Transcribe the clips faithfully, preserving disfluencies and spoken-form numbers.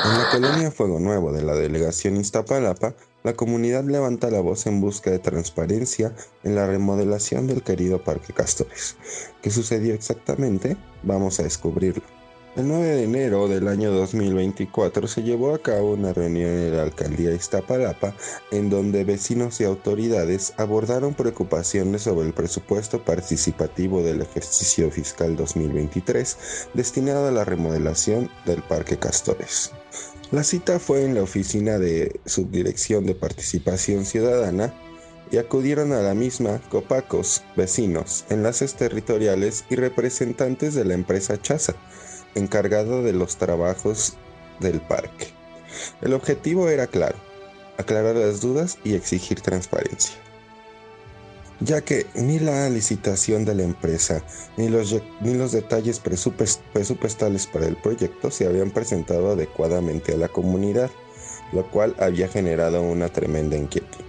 En la colonia Fuego Nuevo de la delegación Iztapalapa, la comunidad levanta la voz en busca de transparencia en la remodelación del querido Parque Castores. ¿Qué sucedió exactamente? Vamos a descubrirlo. El nueve de enero del año dos mil veinticuatro se llevó a cabo una reunión en la alcaldía de Iztapalapa en donde vecinos y autoridades abordaron preocupaciones sobre el presupuesto participativo del ejercicio fiscal dos mil veintitrés destinado a la remodelación del Parque Castores. La cita fue en la oficina de Subdirección de Participación Ciudadana y acudieron a la misma copacos, vecinos, enlaces territoriales y representantes de la empresa Chaza, encargado de los trabajos del parque. El objetivo era claro: aclarar las dudas y exigir transparencia, ya que ni la licitación de la empresa ni los, ni los detalles presupuestales para el proyecto se habían presentado adecuadamente a la comunidad, lo cual había generado una tremenda inquietud.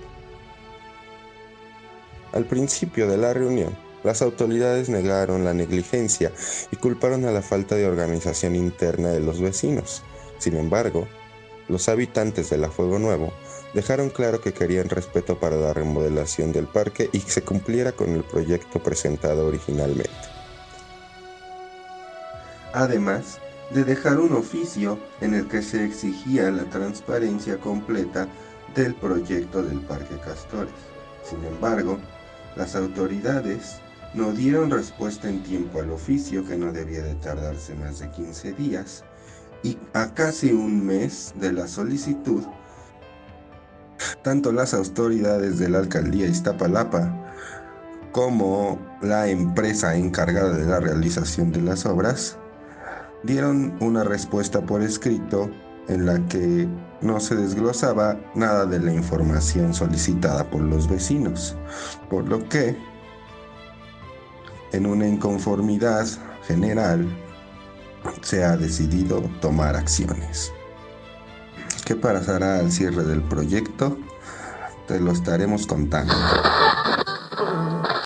Al principio de la reunión, las autoridades negaron la negligencia y culparon a la falta de organización interna de los vecinos. Sin embargo, los habitantes de la Fuego Nuevo dejaron claro que querían respeto para la remodelación del parque y que se cumpliera con el proyecto presentado originalmente. Además de dejar un oficio en el que se exigía la transparencia completa del proyecto del Parque Castores. Sin embargo, las autoridades no dieron respuesta en tiempo al oficio, que no debía de tardarse más de quince días, y a casi un mes de la solicitud, tanto las autoridades de la alcaldía Iztapalapa como la empresa encargada de la realización de las obras dieron una respuesta por escrito en la que no se desglosaba nada de la información solicitada por los vecinos, por lo que, en una inconformidad general, se ha decidido tomar acciones. ¿Qué pasará al cierre del proyecto? Te lo estaremos contando.